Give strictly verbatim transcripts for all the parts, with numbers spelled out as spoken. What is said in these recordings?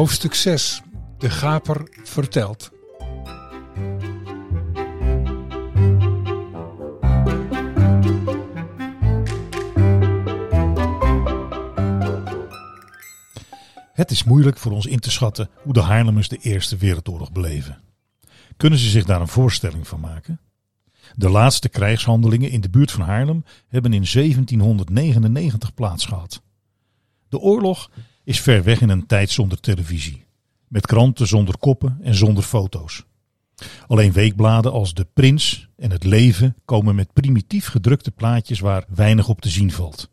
Hoofdstuk zes. De Gaper vertelt. Het is moeilijk voor ons in te schatten hoe de Haarlemmers de Eerste Wereldoorlog beleven. Kunnen ze zich daar een voorstelling van maken? De laatste krijgshandelingen in de buurt van Haarlem hebben in zeventienhonderdnegenennegentig plaatsgehad. De oorlog is ver weg in een tijd zonder televisie. Met kranten zonder koppen en zonder foto's. Alleen weekbladen als De Prins en Het Leven komen met primitief gedrukte plaatjes waar weinig op te zien valt.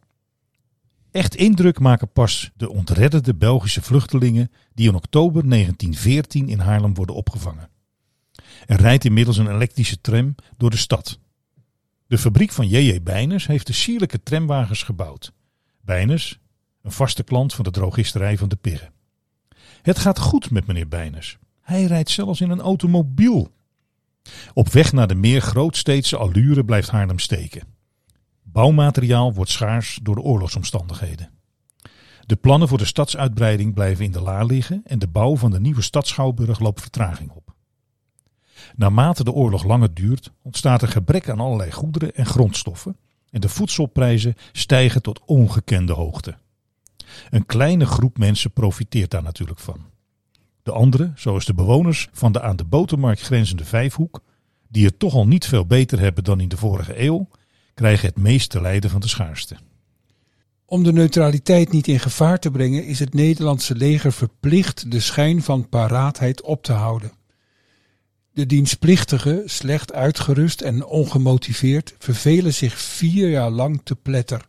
Echt indruk maken pas de ontredderde Belgische vluchtelingen die in oktober negentien veertien in Haarlem worden opgevangen. Er rijdt inmiddels een elektrische tram door de stad. De fabriek van J J Beiners heeft de sierlijke tramwagens gebouwd. Beiners, een vaste klant van de drogisterij van de Piggen. Het gaat goed met meneer Beiners. Hij rijdt zelfs in een automobiel. Op weg naar de meer grootsteedse allure blijft Haarlem steken. Bouwmateriaal wordt schaars door de oorlogsomstandigheden. De plannen voor de stadsuitbreiding blijven in de la liggen en de bouw van de nieuwe stadschouwburg loopt vertraging op. Naarmate de oorlog langer duurt, ontstaat er gebrek aan allerlei goederen en grondstoffen en de voedselprijzen stijgen tot ongekende hoogte. Een kleine groep mensen profiteert daar natuurlijk van. De anderen, zoals de bewoners van de aan de Botermarkt grenzende Vijfhoek, die het toch al niet veel beter hebben dan in de vorige eeuw, krijgen het meest te lijden van de schaarste. Om de neutraliteit niet in gevaar te brengen is het Nederlandse leger verplicht de schijn van paraatheid op te houden. De dienstplichtigen, slecht uitgerust en ongemotiveerd, vervelen zich vier jaar lang te pletter.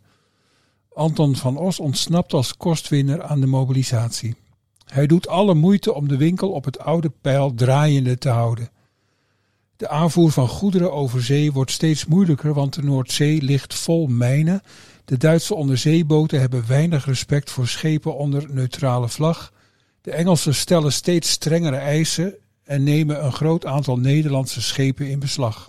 Anton van Os ontsnapt als kostwinner aan de mobilisatie. Hij doet alle moeite om de winkel op het oude peil draaiende te houden. De aanvoer van goederen over zee wordt steeds moeilijker, want de Noordzee ligt vol mijnen. De Duitse onderzeeboten hebben weinig respect voor schepen onder neutrale vlag. De Engelsen stellen steeds strengere eisen en nemen een groot aantal Nederlandse schepen in beslag.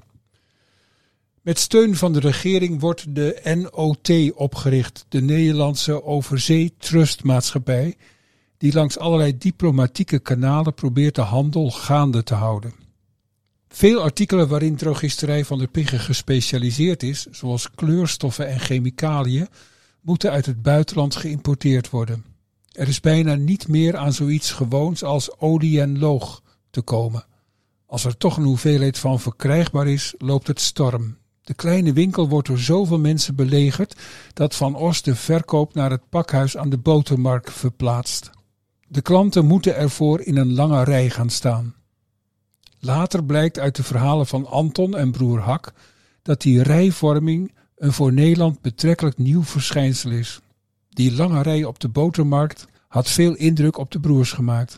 Met steun van de regering wordt de N O T opgericht, de Nederlandse Overzee Trustmaatschappij, die langs allerlei diplomatieke kanalen probeert de handel gaande te houden. Veel artikelen waarin drogisterij van der Piggen gespecialiseerd is, zoals kleurstoffen en chemicaliën, moeten uit het buitenland geïmporteerd worden. Er is bijna niet meer aan zoiets gewoons als olie en loog te komen. Als er toch een hoeveelheid van verkrijgbaar is, loopt het storm. De kleine winkel wordt door zoveel mensen belegerd dat Van Os de verkoop naar het pakhuis aan de Botermarkt verplaatst. De klanten moeten ervoor in een lange rij gaan staan. Later blijkt uit de verhalen van Anton en broer Hak dat die rijvorming een voor Nederland betrekkelijk nieuw verschijnsel is. Die lange rij op de Botermarkt had veel indruk op de broers gemaakt.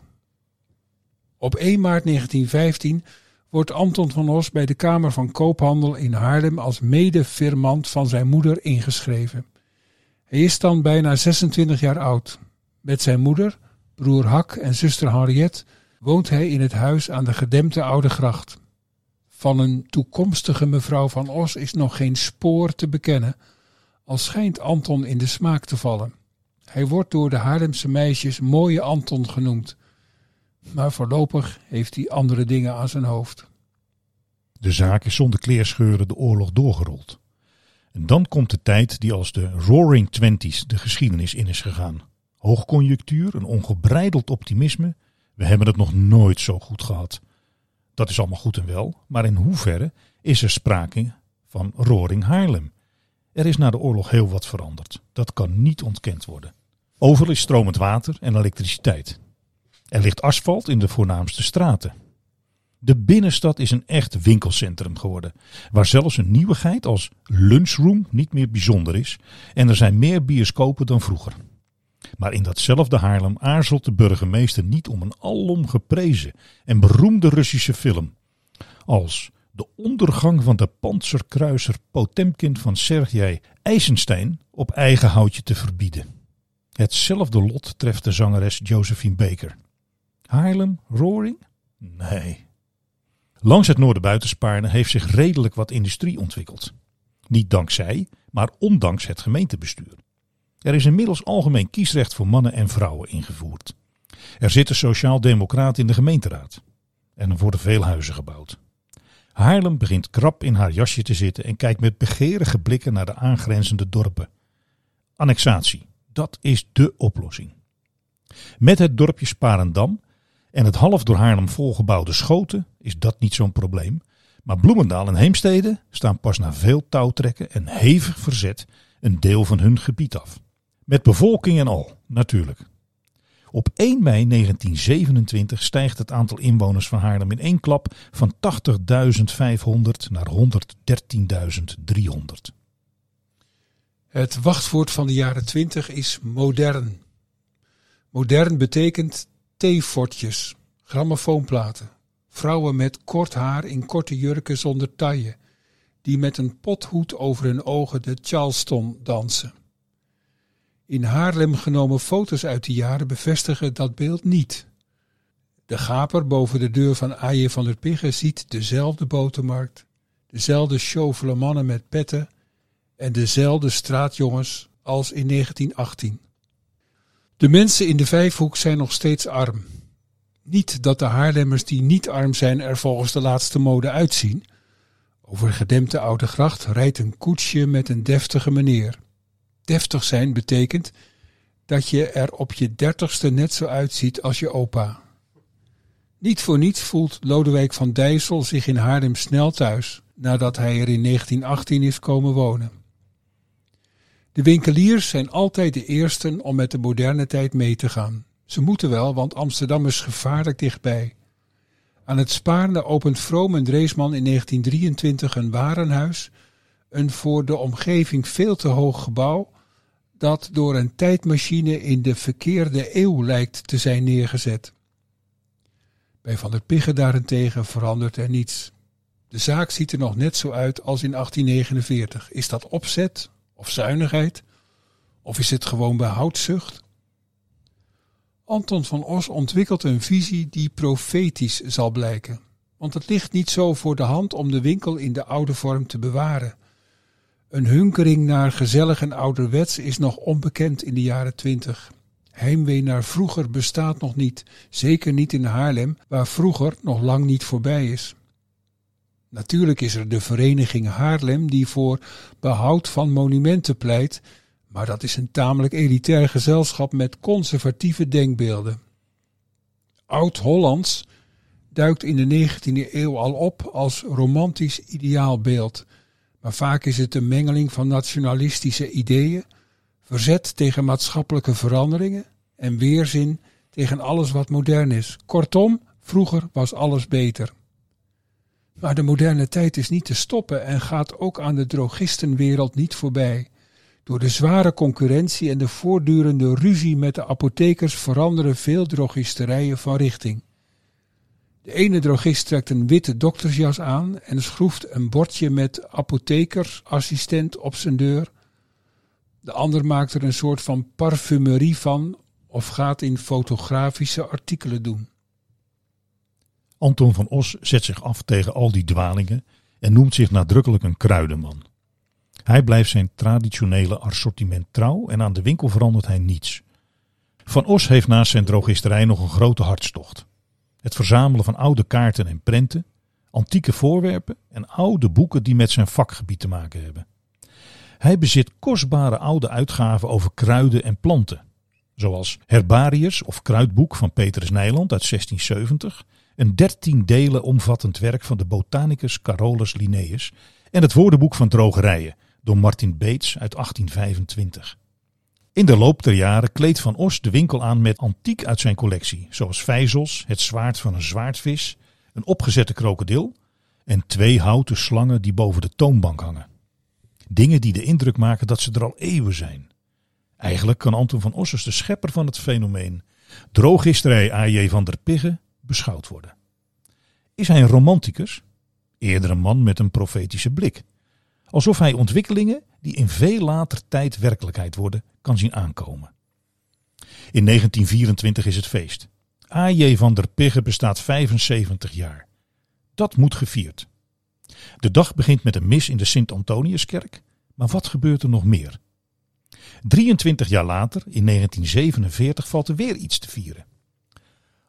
Op één maart negentien vijftien wordt Anton van Os bij de Kamer van Koophandel in Haarlem als mede-firmant van zijn moeder ingeschreven. Hij is dan bijna zesentwintig jaar oud. Met zijn moeder, broer Hak en zuster Henriette woont hij in het huis aan de gedempte Oude Gracht. Van een toekomstige mevrouw van Os is nog geen spoor te bekennen, al schijnt Anton in de smaak te vallen. Hij wordt door de Haarlemse meisjes mooie Anton genoemd, maar voorlopig heeft hij andere dingen aan zijn hoofd. De zaak is zonder kleerscheuren de oorlog doorgerold. En dan komt de tijd die als de Roaring Twenties de geschiedenis in is gegaan. Hoogconjunctuur, een ongebreideld optimisme. We hebben het nog nooit zo goed gehad. Dat is allemaal goed en wel, maar in hoeverre is er sprake van Roaring Haarlem? Er is na de oorlog heel wat veranderd. Dat kan niet ontkend worden. Overal is stromend water en elektriciteit. Er ligt asfalt in de voornaamste straten. De binnenstad is een echt winkelcentrum geworden, waar zelfs een nieuwigheid als lunchroom niet meer bijzonder is en er zijn meer bioscopen dan vroeger. Maar in datzelfde Haarlem aarzelt de burgemeester niet om een alom geprezen en beroemde Russische film als De ondergang van de Panzerkruiser Potemkin van Sergej Eisenstein op eigen houtje te verbieden. Hetzelfde lot treft de zangeres Josephine Baker. Haarlem, Roaring? Nee. Langs het Noorderbuitenspaarne heeft zich redelijk wat industrie ontwikkeld. Niet dankzij, maar ondanks het gemeentebestuur. Er is inmiddels algemeen kiesrecht voor mannen en vrouwen ingevoerd. Er zit een sociaal-democraat in de gemeenteraad. En er worden veel huizen gebouwd. Haarlem begint krap in haar jasje te zitten en kijkt met begeerige blikken naar de aangrenzende dorpen. Annexatie, dat is dé oplossing. Met het dorpje Sparendam en het half door Haarlem volgebouwde Schoten is dat niet zo'n probleem. Maar Bloemendaal en Heemstede staan pas na veel touwtrekken en hevig verzet een deel van hun gebied af. Met bevolking en al, natuurlijk. Op één mei negentien zevenentwintig stijgt het aantal inwoners van Haarlem in één klap van tachtigduizend vijfhonderd naar honderddertienduizend driehonderd. Het wachtwoord van de jaren twintig is modern. Modern betekent theefortjes, grammofoonplaten, vrouwen met kort haar in korte jurken zonder taille, die met een pothoed over hun ogen de Charleston dansen. In Haarlem genomen foto's uit die jaren bevestigen dat beeld niet. De gaper boven de deur van A J van der Pigge ziet dezelfde botermarkt, dezelfde sjovele mannen met petten en dezelfde straatjongens als in negentien achttien. De mensen in de Vijfhoek zijn nog steeds arm. Niet dat de Haarlemmers die niet arm zijn er volgens de laatste mode uitzien. Over een gedempte oude gracht rijdt een koetsje met een deftige meneer. Deftig zijn betekent dat je er op je dertigste net zo uitziet als je opa. Niet voor niets voelt Lodewijk van Dijssel zich in Haarlem snel thuis, nadat hij er in negentien achttien is komen wonen. De winkeliers zijn altijd de eersten om met de moderne tijd mee te gaan. Ze moeten wel, want Amsterdam is gevaarlijk dichtbij. Aan het Spaarne opent Vroom en Dreesman in negentien drieëntwintig een warenhuis, een voor de omgeving veel te hoog gebouw, dat door een tijdmachine in de verkeerde eeuw lijkt te zijn neergezet. Bij Van der Pigge daarentegen verandert er niets. De zaak ziet er nog net zo uit als in achttien negenenveertig. Is dat opzet of zuinigheid? Of is het gewoon behoudzucht? Anton van Os ontwikkelt een visie die profetisch zal blijken. Want het ligt niet zo voor de hand om de winkel in de oude vorm te bewaren. Een hunkering naar gezellig en ouderwets is nog onbekend in de jaren twintig. Heimwee naar vroeger bestaat nog niet, zeker niet in Haarlem, waar vroeger nog lang niet voorbij is. Natuurlijk is er de vereniging Haarlem die voor behoud van monumenten pleit, maar dat is een tamelijk elitair gezelschap met conservatieve denkbeelden. Oud-Hollands duikt in de negentiende eeuw al op als romantisch ideaalbeeld, maar vaak is het een mengeling van nationalistische ideeën, verzet tegen maatschappelijke veranderingen en weerzin tegen alles wat modern is. Kortom, vroeger was alles beter. Maar de moderne tijd is niet te stoppen en gaat ook aan de drogistenwereld niet voorbij. Door de zware concurrentie en de voortdurende ruzie met de apothekers veranderen veel drogisterijen van richting. De ene drogist trekt een witte doktersjas aan en schroeft een bordje met apothekersassistent op zijn deur. De ander maakt er een soort van parfumerie van of gaat in fotografische artikelen doen. Anton van Os zet zich af tegen al die dwalingen en noemt zich nadrukkelijk een kruidenman. Hij blijft zijn traditionele assortiment trouw en aan de winkel verandert hij niets. Van Os heeft naast zijn drogisterij nog een grote hartstocht. Het verzamelen van oude kaarten en prenten, antieke voorwerpen en oude boeken die met zijn vakgebied te maken hebben. Hij bezit kostbare oude uitgaven over kruiden en planten, zoals Herbarius of Kruidboek van Petrus Nijland uit zestien zeventig, een dertien delen omvattend werk van de botanicus Carolus Linnaeus en het woordenboek van drogerijen door Martin Beets uit achttien vijfentwintig. In de loop der jaren kleedt Van Os de winkel aan met antiek uit zijn collectie, zoals vijzels, het zwaard van een zwaardvis, een opgezette krokodil en twee houten slangen die boven de toonbank hangen. Dingen die de indruk maken dat ze er al eeuwen zijn. Eigenlijk kan Anton van Os als de schepper van het fenomeen drogisterij A J van der Pigge beschouwd worden. Is hij een romanticus? Eerder een man met een profetische blik. Alsof hij ontwikkelingen die in veel later tijd werkelijkheid worden, kan zien aankomen. In negentien vierentwintig is het feest. A J van der Pigge bestaat vijfenzeventig jaar. Dat moet gevierd. De dag begint met een mis in de Sint-Antoniuskerk, maar wat gebeurt er nog meer? drieëntwintig jaar later, in negentien zevenenveertig, valt er weer iets te vieren.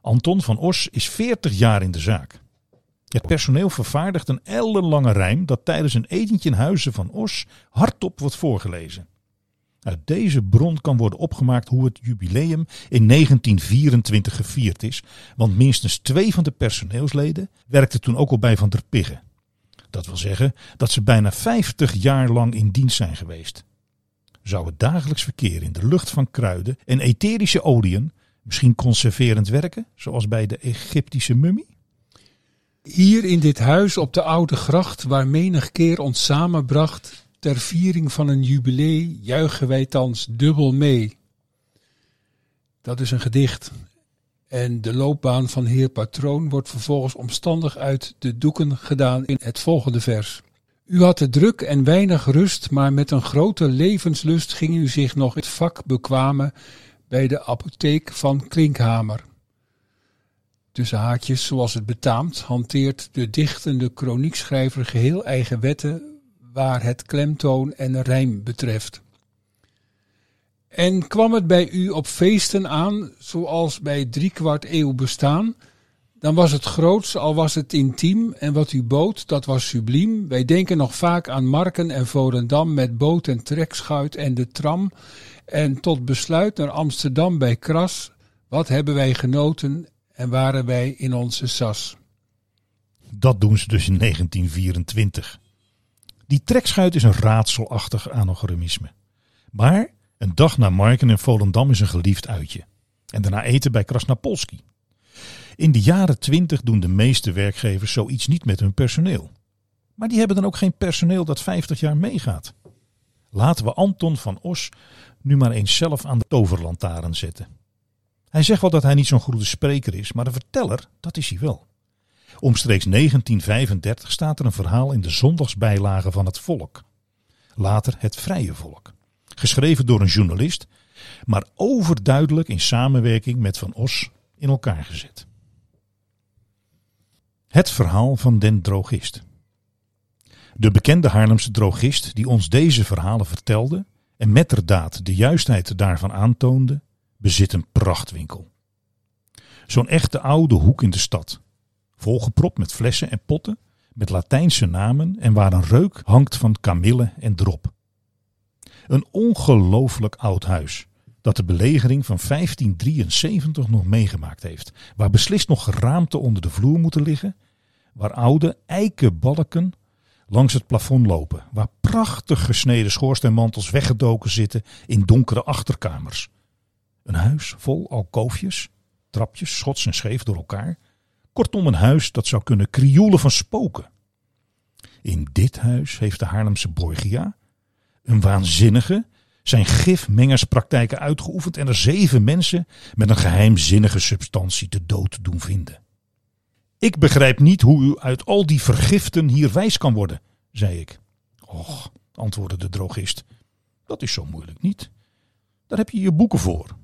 Anton van Os is veertig jaar in de zaak. Het personeel vervaardigt een ellenlange rijm dat tijdens een etentje in Huize van Os hardop wordt voorgelezen. Uit deze bron kan worden opgemaakt hoe het jubileum in negentien vierentwintig gevierd is, want minstens twee van de personeelsleden werkten toen ook al bij Van der Pigge. Dat wil zeggen dat ze bijna vijftig jaar lang in dienst zijn geweest. Zou het dagelijks verkeer in de lucht van kruiden en etherische oliën misschien conserverend werken, zoals bij de Egyptische mummie? Hier in dit huis op de Oude Gracht, waar menig keer ons samenbracht, ter viering van een jubilee, juichen wij thans dubbel mee. Dat is een gedicht. En de loopbaan van heer Patroon wordt vervolgens omstandig uit de doeken gedaan in het volgende vers. U had het druk en weinig rust, maar met een grote levenslust ging u zich nog het vak bekwamen bij de apotheek van Klinkhamer. Tussen haakjes, zoals het betaamt, hanteert de dichtende kroniekschrijver geheel eigen wetten waar het klemtoon en rijm betreft. En kwam het bij u op feesten aan, zoals bij driekwart eeuw bestaan, dan was het groots, al was het intiem, en wat u bood, dat was subliem. Wij denken nog vaak aan Marken en Volendam met boot en trekschuit en de tram, en tot besluit naar Amsterdam bij Kras. Wat hebben wij genoten en waren wij in onze sas. Dat doen ze dus in negentien vierentwintig. Die trekschuit is een raadselachtig anachronisme. Maar een dag na Marken en Volendam is een geliefd uitje. En daarna eten bij Krasnapolski. In de jaren twintig doen de meeste werkgevers zoiets niet met hun personeel. Maar die hebben dan ook geen personeel dat vijftig jaar meegaat. Laten we Anton van Os nu maar eens zelf aan de toverlantaarn zetten. Hij zegt wel dat hij niet zo'n goede spreker is, maar een verteller, dat is hij wel. Omstreeks negentien vijfendertig staat er een verhaal in de zondagsbijlage van het Volk. Later het Vrije Volk. Geschreven door een journalist, maar overduidelijk in samenwerking met Van Os in elkaar gezet. Het verhaal van den drogist. De bekende Haarlemse drogist die ons deze verhalen vertelde en metterdaad de juistheid daarvan aantoonde, bezit een prachtwinkel. Zo'n echte oude hoek in de stad, volgepropt met flessen en potten, met Latijnse namen en waar een reuk hangt van kamille en drop. Een ongelooflijk oud huis, dat de belegering van vijftien drieënzeventig nog meegemaakt heeft, waar beslist nog geraamte onder de vloer moeten liggen, waar oude eikenbalken langs het plafond lopen, waar prachtig gesneden schoorsteenmantels weggedoken zitten in donkere achterkamers. Een huis vol alkoofjes, trapjes, schots en scheef door elkaar. Kortom een huis dat zou kunnen krioelen van spoken. In dit huis heeft de Haarlemse Borgia, een waanzinnige, zijn gifmengerspraktijken uitgeoefend en er zeven mensen met een geheimzinnige substantie te dood doen vinden. Ik begrijp niet hoe u uit al die vergiften hier wijs kan worden, zei ik. Och, antwoordde de drogist, dat is zo moeilijk niet. Daar heb je je boeken voor.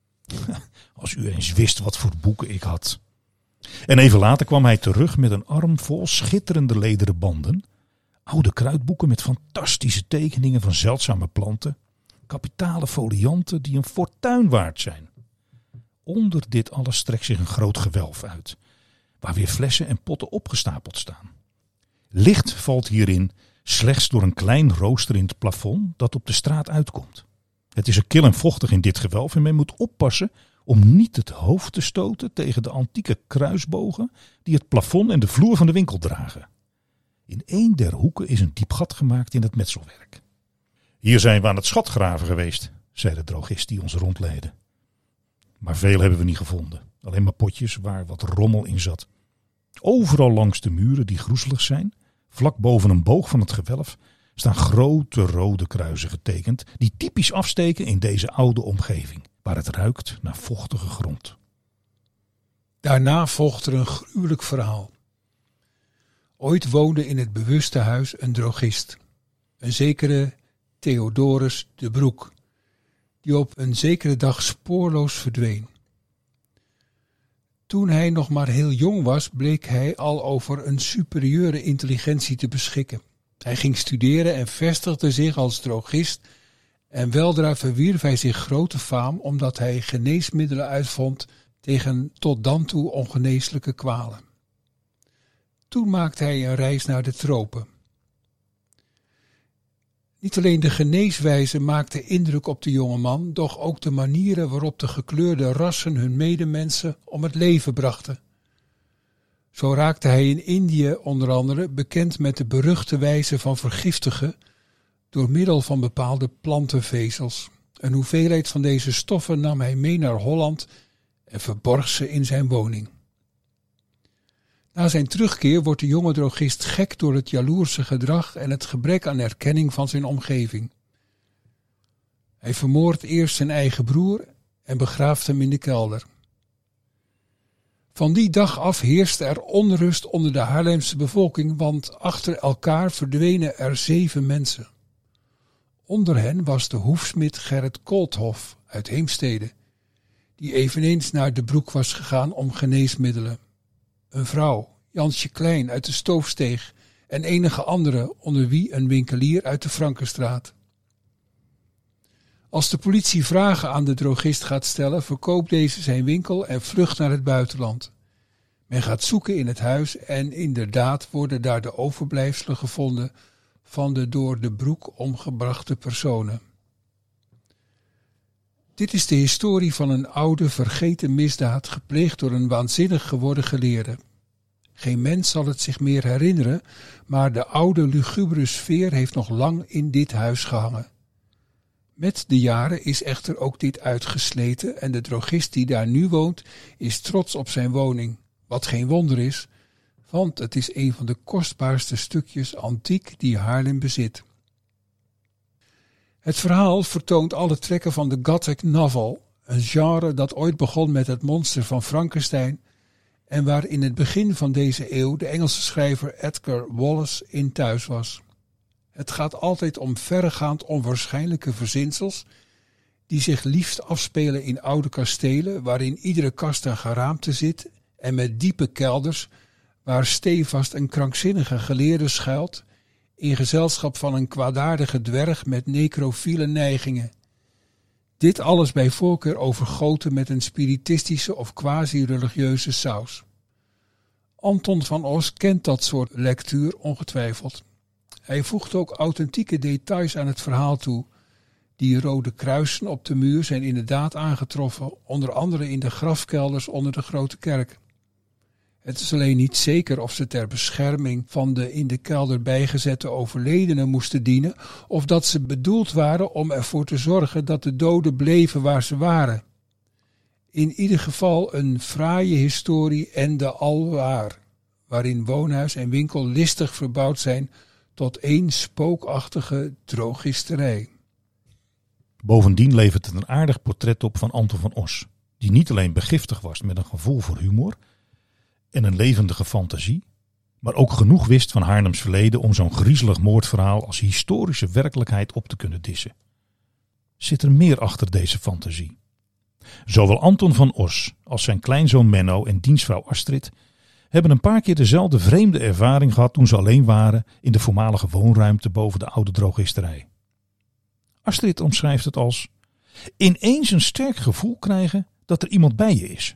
Als u eens wist wat voor boeken ik had. En even later kwam hij terug met een arm vol schitterende lederen banden, oude kruidboeken met fantastische tekeningen van zeldzame planten, kapitale folianten die een fortuin waard zijn. Onder dit alles strekt zich een groot gewelf uit, waar weer flessen en potten opgestapeld staan. Licht valt hierin slechts door een klein rooster in het plafond dat op de straat uitkomt. Het is er kil en vochtig in dit gewelf en men moet oppassen om niet het hoofd te stoten tegen de antieke kruisbogen die het plafond en de vloer van de winkel dragen. In een der hoeken is een diep gat gemaakt in het metselwerk. Hier zijn we aan het schatgraven geweest, zei de drogist die ons rondleidde. Maar veel hebben we niet gevonden. Alleen maar potjes waar wat rommel in zat. Overal langs de muren die groezelig zijn, vlak boven een boog van het gewelf, staan grote rode kruisen getekend die typisch afsteken in deze oude omgeving, waar het ruikt naar vochtige grond. Daarna volgt er een gruwelijk verhaal. Ooit woonde in het bewuste huis een drogist, een zekere Theodorus de Broek, die op een zekere dag spoorloos verdween. Toen hij nog maar heel jong was, bleek hij al over een superieure intelligentie te beschikken. Hij ging studeren en vestigde zich als drogist en weldra verwierf hij zich grote faam omdat hij geneesmiddelen uitvond tegen tot dan toe ongeneeslijke kwalen. Toen maakte hij een reis naar de tropen. Niet alleen de geneeswijze maakte indruk op de jongeman, doch ook de manieren waarop de gekleurde rassen hun medemensen om het leven brachten. Zo raakte hij in Indië onder andere bekend met de beruchte wijze van vergiftigen door middel van bepaalde plantenvezels. Een hoeveelheid van deze stoffen nam hij mee naar Holland en verborg ze in zijn woning. Na zijn terugkeer wordt de jonge drogist gek door het jaloerse gedrag en het gebrek aan erkenning van zijn omgeving. Hij vermoordt eerst zijn eigen broer en begraaft hem in de kelder. Van die dag af heerste er onrust onder de Haarlemse bevolking, want achter elkaar verdwenen er zeven mensen. Onder hen was de hoefsmid Gerrit Koolthof uit Heemstede, die eveneens naar de Broek was gegaan om geneesmiddelen. Een vrouw, Jansje Klein uit de Stoofsteeg en enige anderen, onder wie een winkelier uit de Frankenstraat. Als de politie vragen aan de drogist gaat stellen, verkoopt deze zijn winkel en vlucht naar het buitenland. Men gaat zoeken in het huis en inderdaad worden daar de overblijfselen gevonden van de door de Broek omgebrachte personen. Dit is de historie van een oude, vergeten misdaad gepleegd door een waanzinnig geworden geleerde. Geen mens zal het zich meer herinneren, maar de oude lugubere sfeer heeft nog lang in dit huis gehangen. Met de jaren is echter ook dit uitgesleten en de drogist die daar nu woont is trots op zijn woning, wat geen wonder is, want het is een van de kostbaarste stukjes antiek die Haarlem bezit. Het verhaal vertoont alle trekken van de Gothic novel, een genre dat ooit begon met het monster van Frankenstein en waar in het begin van deze eeuw de Engelse schrijver Edgar Wallace in thuis was. Het gaat altijd om verregaand onwaarschijnlijke verzinsels die zich liefst afspelen in oude kastelen waarin iedere kast een geraamte zit en met diepe kelders waar stevast een krankzinnige geleerde schuilt in gezelschap van een kwaadaardige dwerg met necrofiele neigingen. Dit alles bij voorkeur overgoten met een spiritistische of quasi-religieuze saus. Anton van Os kent dat soort lectuur ongetwijfeld. Hij voegt ook authentieke details aan het verhaal toe. Die rode kruisen op de muur zijn inderdaad aangetroffen, onder andere in de grafkelders onder de Grote Kerk. Het is alleen niet zeker of ze ter bescherming van de in de kelder bijgezette overledenen moesten dienen, of dat ze bedoeld waren om ervoor te zorgen dat de doden bleven waar ze waren. In ieder geval een fraaie historie en de alwaar, waarin woonhuis en winkel listig verbouwd zijn tot één spookachtige drogisterij. Bovendien levert het een aardig portret op van Anton van Os, die niet alleen begiftig was met een gevoel voor humor en een levendige fantasie, maar ook genoeg wist van Haarlems verleden om zo'n griezelig moordverhaal als historische werkelijkheid op te kunnen dissen. Zit er meer achter deze fantasie? Zowel Anton van Os als zijn kleinzoon Menno en dienstvrouw Astrid hebben een paar keer dezelfde vreemde ervaring gehad toen ze alleen waren in de voormalige woonruimte boven de oude drogisterij. Astrid omschrijft het als ineens een sterk gevoel krijgen dat er iemand bij je is.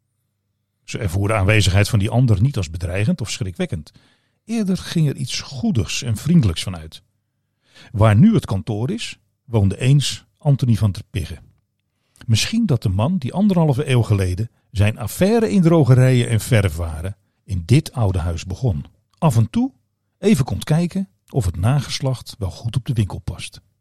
Ze ervoer de aanwezigheid van die ander niet als bedreigend of schrikwekkend. Eerder ging er iets goedigs en vriendelijks van uit. Waar nu het kantoor is, woonde eens Anthony van ter Pigge. Misschien dat de man die anderhalve eeuw geleden zijn affaire in drogerijen en verfwaren in dit oude huis begon. Af en toe even komt kijken of het nageslacht wel goed op de winkel past.